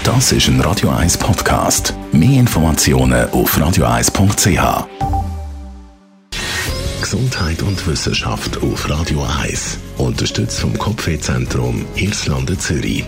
Das ist ein Radio 1 Podcast. Mehr Informationen auf radio1.ch. Gesundheit und Wissenschaft auf Radio 1. Unterstützt vom Kopfwehzentrum Irlande Zürich.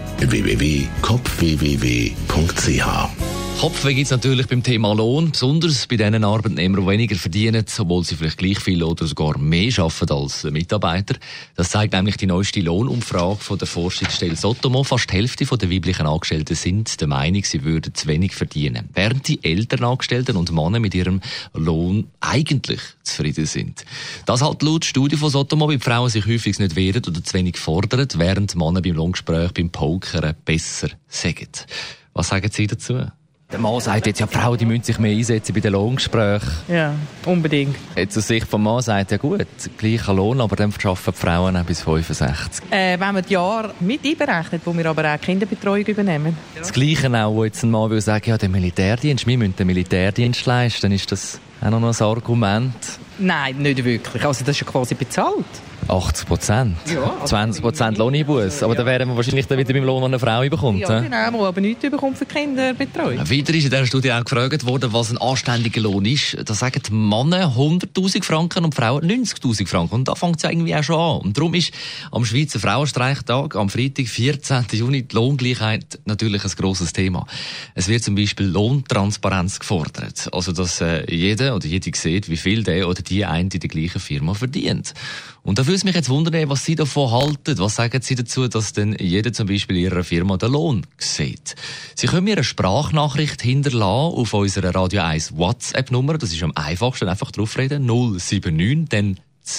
www.kopfwww.ch. Kopfweh gibt es natürlich beim Thema Lohn, besonders bei den Arbeitnehmern, die weniger verdienen, obwohl sie vielleicht gleich viel oder sogar mehr arbeiten als Mitarbeiter. Das zeigt nämlich die neueste Lohnumfrage von der Forschungsstelle Sotomo. Fast die Hälfte der weiblichen Angestellten sind der Meinung, sie würden zu wenig verdienen, während die älteren Angestellten und Männer mit ihrem Lohn eigentlich zufrieden sind. Das halt laut Studie von Sotomo, weil die Frauen sich häufig nicht wehren oder zu wenig fordern, während Männer beim Lohngespräch, beim Pokern besser sagen. Was sagen Sie dazu? Der Mann sagt jetzt, ja, die Frauen die müssen sich mehr einsetzen bei den Lohngesprächen. Ja, unbedingt. Jetzt aus Sicht vom Mann sagt, ja gut, gleicher Lohn, aber dann arbeiten die Frauen auch bis 65. Wenn man die Jahre mit einberechnet, wo wir aber auch Kinderbetreuung übernehmen. Das Gleiche auch, wo jetzt ein Mann will sagen, ja, der Militärdienst, wir müssen den Militärdienst leisten, dann ist das auch noch ein Argument. Nein, nicht wirklich. Also das ist ja quasi bezahlt. 80%? Ja. 20% Lohneinbuss. Aber dann wären wir wahrscheinlich dann wieder beim Lohn, den eine Frau bekommt. Ja, genau, die aber nichts bekommt für Kinderbetreuung. Weiter ist in dieser Studie auch gefragt worden, was ein anständiger Lohn ist. Da sagen die Männer 100'000 Franken und die Frauen 90'000 Franken. Und da fängt es irgendwie auch schon an. Und darum ist am Schweizer Frauenstreichtag, am Freitag, 14. Juni, die Lohngleichheit natürlich ein grosses Thema. Es wird zum Beispiel Lohntransparenz gefordert. Also, dass jeder oder jede sieht, wie viel der oder die eine in der gleichen Firma verdient. Und da würde es mich jetzt wundern, was Sie davon halten. Was sagen Sie dazu, dass denn jeder zum Beispiel in Ihrer Firma den Lohn sieht? Sie können mir eine Sprachnachricht hinterlassen auf unserer Radio 1 WhatsApp-Nummer. Das ist am einfachsten. Einfach draufreden. 079, dann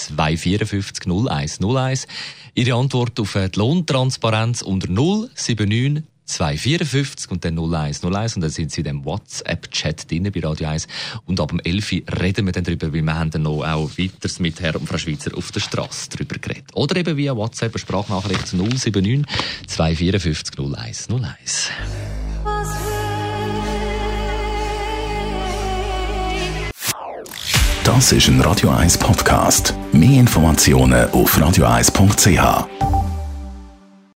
254 01 01. Ihre Antwort auf die Lohntransparenz unter 079 254 und dann 0101 und dann sind Sie in dem WhatsApp-Chat drin bei Radio 1 und ab dem 11 reden wir dann darüber, weil wir haben dann noch auch weiter mit Herrn und Frau Schweizer auf der Strasse darüber geredet. Oder eben via WhatsApp eine Sprachnachricht zu 079 254 01 01. Das ist ein Radio 1 Podcast. Mehr Informationen auf radio1.ch.